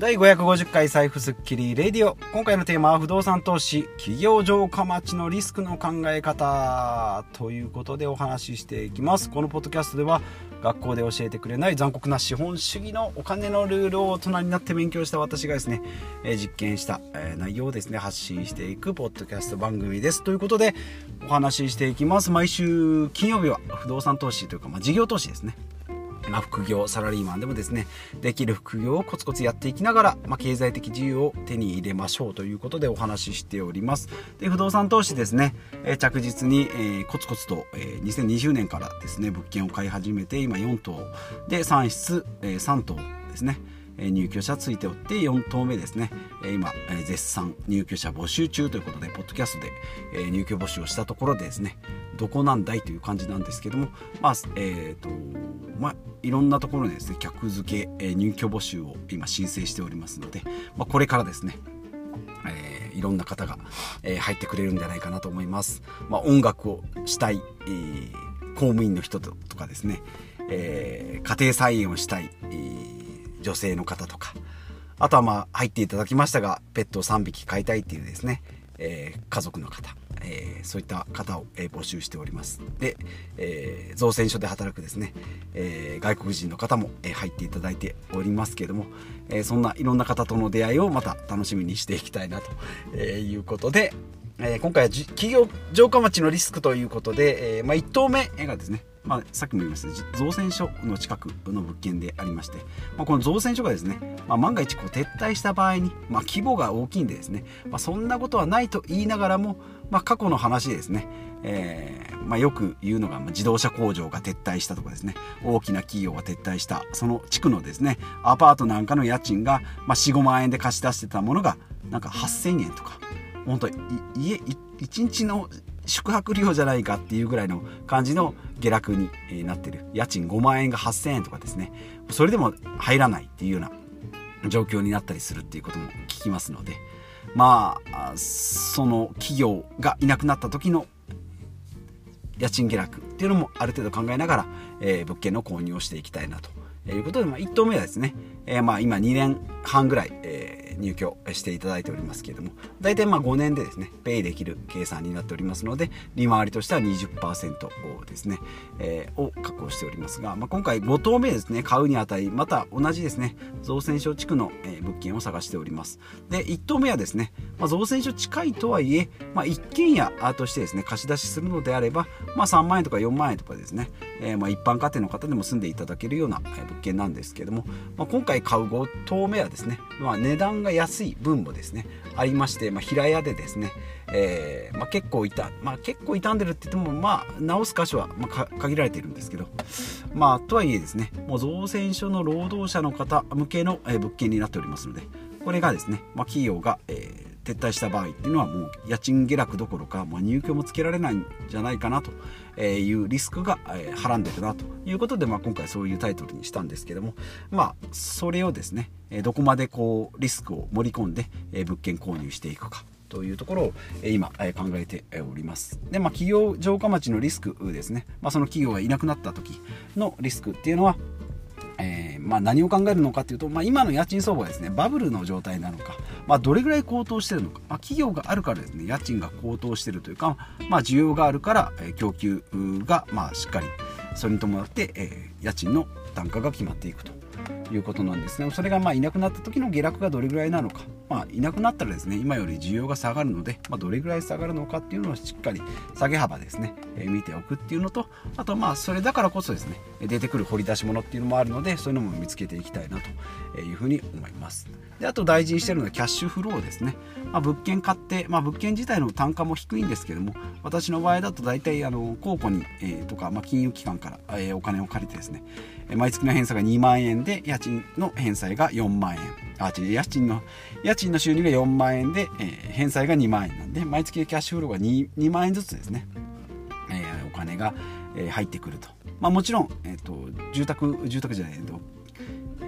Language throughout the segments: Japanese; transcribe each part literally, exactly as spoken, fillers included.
だいごひゃくごじゅっかい財布スッキリレディオ。今回のテーマは不動産投資企業城下町のリスクの考え方ということでお話ししていきます。このポッドキャストでは学校で教えてくれない残酷な資本主義のお金のルールを大人になって勉強した私がですね、えー、実験した、えー、内容をですね発信していくポッドキャスト番組です。ということでお話ししていきます。毎週金曜日は不動産投資というか、まあ、事業投資ですね。まあ、副業サラリーマンでもですねできる副業をコツコツやっていきながら、まあ、経済的自由を手に入れましょうということでお話ししております。で不動産投資ですね、えー、着実に、えー、コツコツと、えー、にせんにじゅうねんからですね物件を買い始めて今よん棟で産出、えー、さん棟ですね入居者ついておってよん棟目ですね今絶賛入居者募集中ということでポッドキャストで入居募集をしたところでですねどこなんだいという感じなんですけども、まあえーとまあ、いろんなところでですね客付け入居募集を今申請しておりますので、まあ、これからですね、えー、いろんな方が、えー、入ってくれるんじゃないかなと思います。まあ、音楽をしたい、えー、公務員の人とかですね、えー、家庭菜園をしたい、えー女性の方とか、あとはまあ入っていただきましたがペットをさんびき飼いたいっていうですね、えー、家族の方、えー、そういった方を、えー、募集しております。で、えー、造船所で働くですね、えー、外国人の方も、えー、入っていただいておりますけれども、えー、そんないろんな方との出会いをまた楽しみにしていきたいなということで、えー、今回は企業城下町のリスクということで、えーまあ、いっ棟目がですねまあ、さっきも言いました造船所の近くの物件でありまして、まあ、この造船所がですね、まあ、万が一こう撤退した場合に、まあ、規模が大きいんでですね、まあ、そんなことはないと言いながらも、まあ、過去の話でですね、えーまあ、よく言うのが、まあ、自動車工場が撤退したとかですね大きな企業が撤退したその地区のですねアパートなんかの家賃が、まあ、よん、ごまん円で貸し出してたものがなんかはっせんえんとか本当家いちにちの宿泊料じゃないかっていうぐらいの感じの下落になってる。家賃ごまん円がはっせんえんとかですねそれでも入らないっていうような状況になったりするっていうことも聞きますので、まあその企業がいなくなった時の家賃下落っていうのもある程度考えながら、えー、物件の購入をしていきたいなということで、まあ、いっ棟目はですね、えー、まあ今にねんはんぐらい、えー入居していただいておりますけれども、大体まあごねんでですねペイできる計算になっておりますので利回りとしては にじゅっパーセント ですね、えー、を確保しておりますが、まあ、今回ご棟目ですね買うにあたりまた同じですね造船所地区の、えー、物件を探しております。でいっ棟目はですね、まあ、造船所近いとはいえ、まあ、一軒家としてですね貸し出しするのであれば、まあ、さんまんえんとかよんまんえんとかですね、えー、まあ一般家庭の方でも住んでいただけるような物件なんですけれども、まあ、今回買うご棟目はですね、まあ、値段が安い分もですねありまして、まあ、平屋でですね、えーまあ、結構傷、まあ、結構傷んでるって言っても、まあ、直す箇所は、まあ、限られているんですけど、まあ、とはいえですねもう造船所の労働者の方向けの、えー、物件になっておりますのでこれがですね、まあ、企業が、えー撤退した場合っていうのはもう家賃下落どころか、まあ、入居もつけられないんじゃないかなというリスクが、えー、はらんでるなということで、まあ、今回そういうタイトルにしたんですけども、まあ、それをですねどこまでこうリスクを盛り込んで物件購入していくかというところを今考えております。で、まあ、企業城下町のリスクですね、まあ、その企業がいなくなった時のリスクっていうのはえーまあ、何を考えるのかというと、まあ、今の家賃相場はですねバブルの状態なのか、まあ、どれぐらい高騰しているのか、まあ、企業があるからですね家賃が高騰しているというか、まあ、需要があるから、えー、供給が、まあ、しっかりそれに伴って、えー、家賃の単価が決まっていくということなんですね。それがまあいなくなった時の下落がどれぐらいなのか、まあ、いなくなったらですね今より需要が下がるので、まあ、どれぐらい下がるのかっていうのをしっかり下げ幅ですね、えー、見ておくっていうのと、あとまあそれだからこそですね出てくる掘り出し物っていうのもあるのでそういうのも見つけていきたいなというふうに思います。であと大事にしているのはキャッシュフローですね、まあ、物件買って、まあ、物件自体の単価も低いんですけども私の場合だと大体あの公庫に、えー、とか、まあ、金融機関から、えー、お金を借りてですね毎月の返済がにまんえんで家賃の返済がよんまんえんあ違う家賃の家賃の収入がよんまんえんで、えー、返済がにまんえんなんで毎月キャッシュフローが 2, にまんえんずつですね、えー、お金が、えー、入ってくると、まあ、もちろん、えー、と住宅住宅じゃないと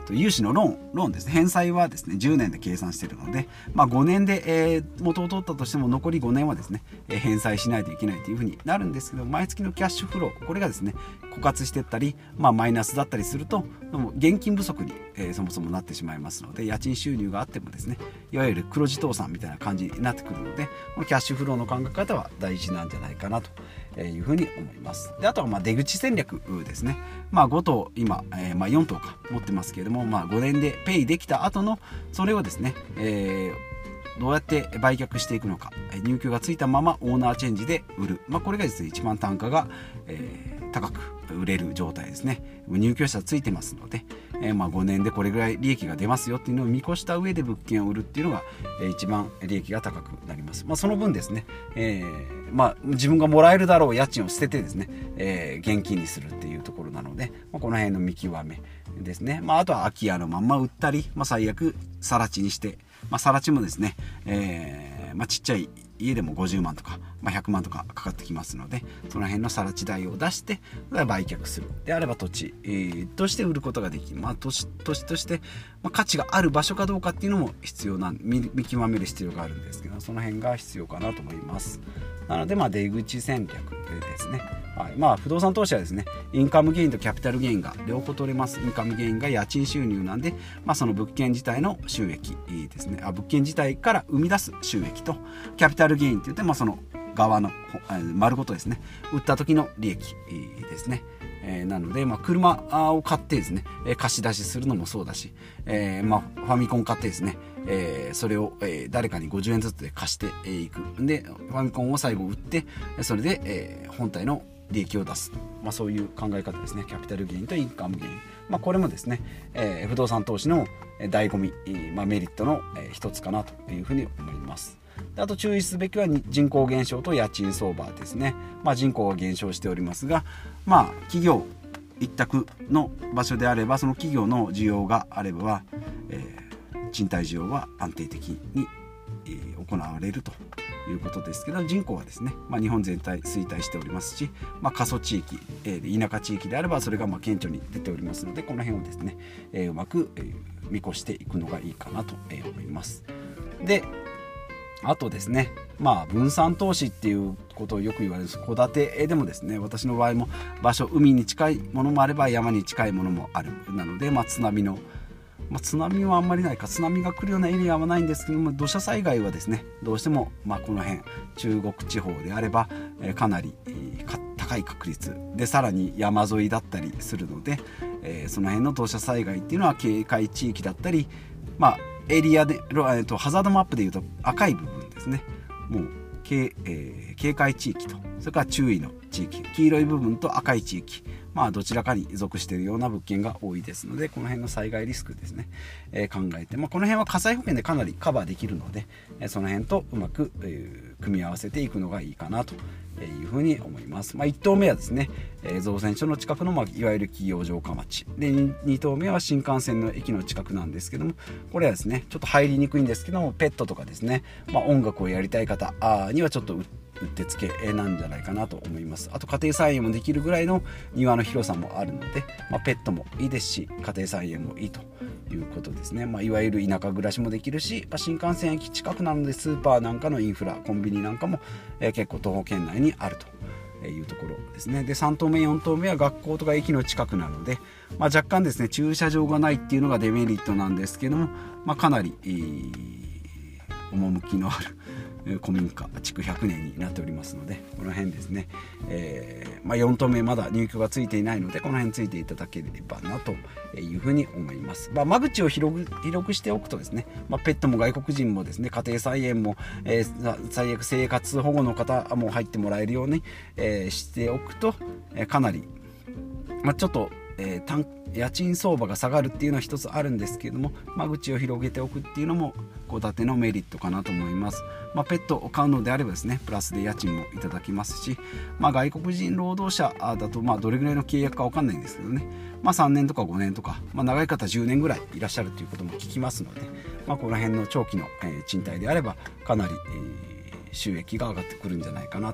融資のローンローンですね、返済はですねじゅうねんで計算しているので、まあ、ごねんで、えー、元を取ったとしても残りごねんはですね、えー、返済しないといけないというふうになるんですけど、毎月のキャッシュフローこれがですね枯渇していったり、まあ、マイナスだったりすると現金不足に、えー、そもそもなってしまいますので、家賃収入があってもですねいわゆる黒字倒産みたいな感じになってくるので、このキャッシュフローの考え方は大事なんじゃないかなというふうに思います。であとはまあ出口戦略ですね、まあ、ご棟今、えー、まあよん棟か持ってますけれども、まあ、ごねんでペイできた後のそれをですね、えー、どうやって売却していくのか、入居がついたままオーナーチェンジで売る、まあ、これがですね一番単価が、えー、高く売れる状態ですね。入居者ついてますので、えー、まあごねんでこれぐらい利益が出ますよっていうのを見越した上で物件を売るっていうのが、えー、一番利益が高くなります。まあ、その分ですね、えーまあ、自分がもらえるだろう家賃を捨ててですね、えー、現金にするっていうところなので、まあ、この辺の見極めですね。まあ、あとは空き家のまんま売ったり、まあ、最悪更地にして、まあ、更地もですね、えーまあ、ちっちゃい家でもごじゅうまんとか、まあ、ひゃくまんとかかかってきますので、その辺の更地代を出して売却するであれば土地、えー、として売ることができる、まあ、土地、土地として、まあ、価値がある場所かどうかっていうのも必要な 見, 見極める必要があるんですけど、その辺が必要かなと思います。なのでまあ出口戦略ですね。はい、まあ不動産投資はですねインカムゲインとキャピタルゲインが両方取れます。インカムゲインが家賃収入なんで、まあ、その物件自体の収益ですね、あ物件自体から生み出す収益と、キャピタルゲインって言って、まあ、その側の丸ごとですね売った時の利益ですね。えー、なので、まあ、車を買ってですね貸し出しするのもそうだし、えーまあ、ファミコン買ってですね、えー、それを、えー、誰かにごじゅうえんずつで貸していくで、ファミコンを最後売ってそれで、えー、本体の利益を出す、まあ、そういう考え方ですね。キャピタルゲインとインカムゲイン、まあ、これもですね、えー、不動産投資の醍醐味、まあ、メリットの一つかなというふうに思います。であと注意すべきは人口減少と家賃相場ですね。まあ、人口は減少しておりますが、まあ、企業一択の場所であればその企業の需要があれば、えー、賃貸需要は安定的に、えー、行われるということですけど、人口はですね、まあ、日本全体衰退しておりますし、まあ、過疎地域、えー、田舎地域であればそれがまあ顕著に出ておりますので、この辺をですね、えー、うまく、えー、見越していくのがいいかなと思います。であとですね、まあ分散投資っていうことをよく言われるんです。戸建てでもですね、私の場合も場所海に近いものもあれば山に近いものもあるなので、まあ、津波の、まあ、津波はあんまりないか、津波が来るようなエリアはないんですけども、土砂災害はですねどうしても、まあ、この辺中国地方であれば、えー、かなり、えー、か高い確率で、さらに山沿いだったりするので、えー、その辺の土砂災害っていうのは警戒地域だったり、まあエリアで、えー、とハザードマップでいうと赤い部分ですね、もう警、えー、警戒地域とそれから注意の地域、黄色い部分と赤い地域、まあどちらかに属しているような物件が多いですので、この辺の災害リスクですね、えー、考えて、まあ、この辺は火災保険でかなりカバーできるので、えー、その辺とうまく、えー、組み合わせていくのがいいかなというふうに思います。まあ、いち棟目はですね、えー、造船所の近くの、まあ、いわゆる企業城下町で、に棟目は新幹線の駅の近くなんですけども、これはですねちょっと入りにくいんですけども、ペットとかですね、まあ、音楽をやりたい方にはちょっとううってつけなんじゃないかなと思います。あと家庭菜園もできるぐらいの庭の広さもあるので、まあ、ペットもいいですし家庭菜園もいいということですね。まあ、いわゆる田舎暮らしもできるし、まあ、新幹線駅近くなのでスーパーなんかのインフラ、コンビニなんかも、えー、結構徒歩圏内にあるというところですね。でさん棟目よん棟目は学校とか駅の近くなので、まあ、若干ですね駐車場がないっていうのがデメリットなんですけども、まあ、かなり、えー、趣のある古民家築ひゃくねんになっておりますので、この辺ですね、えーまあ、よん棟目まだ入居がついていないので、この辺ついていただければなというふうに思います。まあ、間口を広く、広くしておくとですね、まあ、ペットも外国人もですね、家庭菜園も、えー、最悪生活保護の方も入ってもらえるように、えー、しておくと、えー、かなり、まあ、ちょっとえー、単家賃相場が下がるっていうのは一つあるんですけれども、間口を広げておくっていうのも戸建てのメリットかなと思います。まあ、ペットを飼うのであればですねプラスで家賃もいただきますし、まあ、外国人労働者だとまあどれぐらいの契約か分かんないんですけどね、まあ、さんねんとかごねんとか、まあ、長い方じゅうねんぐらいいらっしゃるということも聞きますので、まあ、この辺の長期の、えー、賃貸であればかなり、えー、収益が上がってくるんじゃないかなと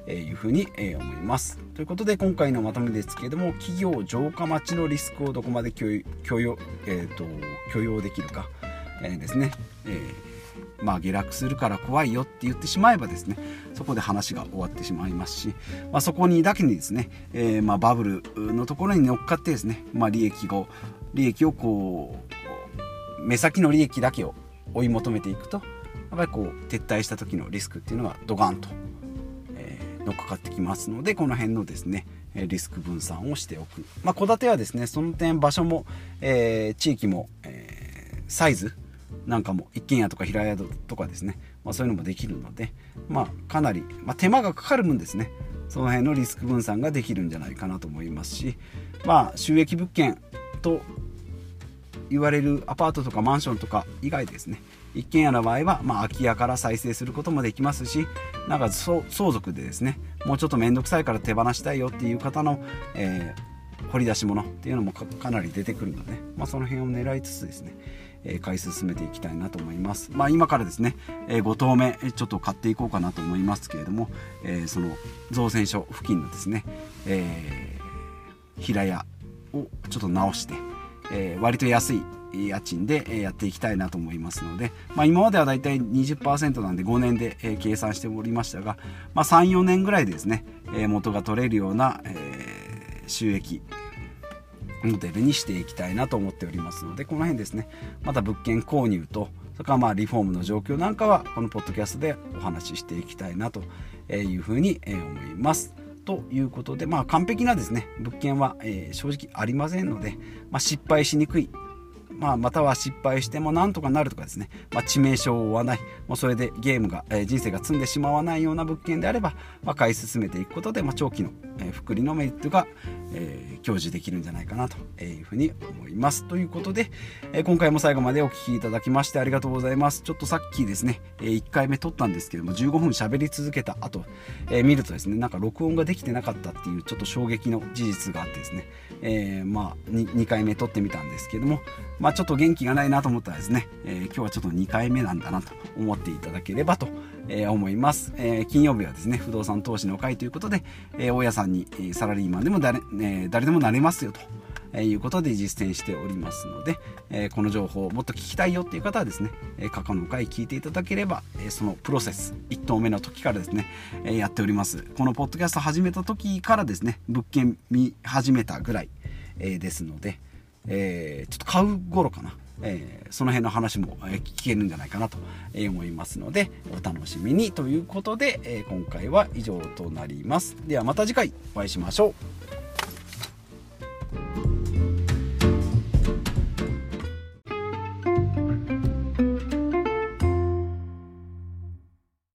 いうふうに思います。ということで今回のまとめですけれども、企業城下町のリスクをどこまで許容、許容、えーと、許容できるか、えー、ですね、えーまあ、下落するから怖いよって言ってしまえばですね、そこで話が終わってしまいますし、まあ、そこにだけにですね、えーまあ、バブルのところに乗っかってですね、まあ、利益を利益をこう目先の利益だけを追い求めていくと、やっぱりこう撤退した時のリスクっていうのがドガンと、えー、乗っかかってきますので、この辺のですねリスク分散をしておく。まあ、戸建てはですね、その点場所も、えー、地域も、えー、サイズなんかも一軒家とか平屋とかですね、まあ、そういうのもできるので、まあ、かなり、まあ、手間がかかる分ですね、その辺のリスク分散ができるんじゃないかなと思いますし、まあ、収益物件と言われるアパートとかマンションとか以外ですね、一軒家の場合は、まあ、空き家から再生することもできますし、なんか相続でですね、もうちょっと面倒くさいから手放したいよっていう方の、えー、掘り出し物っていうのも か, かなり出てくるので、まあ、その辺を狙いつつですね、えー、買い進めていきたいなと思います。まあ、今からですね、えー、ご棟目ちょっと買っていこうかなと思いますけれども、えー、その造船所付近のですね、えー、平屋をちょっと直して、えー、割と安い家賃でやっていきたいなと思いますので、まあ、今まではだいたい にじゅっパーセント なんでごねんで計算しておりましたが、まあ、さん、よねんぐらいでですね元が取れるような収益モデルにしていきたいなと思っておりますので、この辺ですね、また物件購入と、それからまあリフォームの状況なんかはこのポッドキャストでお話ししていきたいなというふうに思います。ということで、まあ、完璧なですね物件は、えー、正直ありませんので、まあ、失敗しにくい、まあ、または失敗してもなんとかなるとかですね、まあ、致命傷を負わない、もうそれでゲームが、えー、人生が積んでしまわないような物件であれば、まあ、買い進めていくことで、まあ、長期の、えー、複利のメリットが、えー、享受できるんじゃないかなというふうに思います。ということで、えー、今回も最後までお聞きいただきましてありがとうございます。ちょっとさっきですね、えー、いっかいめ撮ったんですけどもじゅうごふん喋り続けた後、えー、見るとですね、なんか録音ができてなかったっていうちょっと衝撃の事実があってですね、えー、まあ 2, にかいめ撮ってみたんですけども、まあちょっと元気がないなと思ったらですね、えー、今日はちょっとにかいめなんだなと思っていただければと思います。えー、金曜日はですね不動産投資の会ということで、えー、大家さんにサラリーマンでも誰、えー、誰でもなれますよということで実践しておりますので、えー、この情報をもっと聞きたいよっていう方はですね、えー、過去の回聞いていただければ、えー、そのプロセスいっ棟目の時からですね、えー、やっております。このポッドキャスト始めた時からですね物件見始めたぐらい、えー、ですので、えー、ちょっと買う頃かな、えー、その辺の話も聞けるんじゃないかなと思いますのでお楽しみにということで、えー、今回は以上となります。ではまた次回お会いしましょう。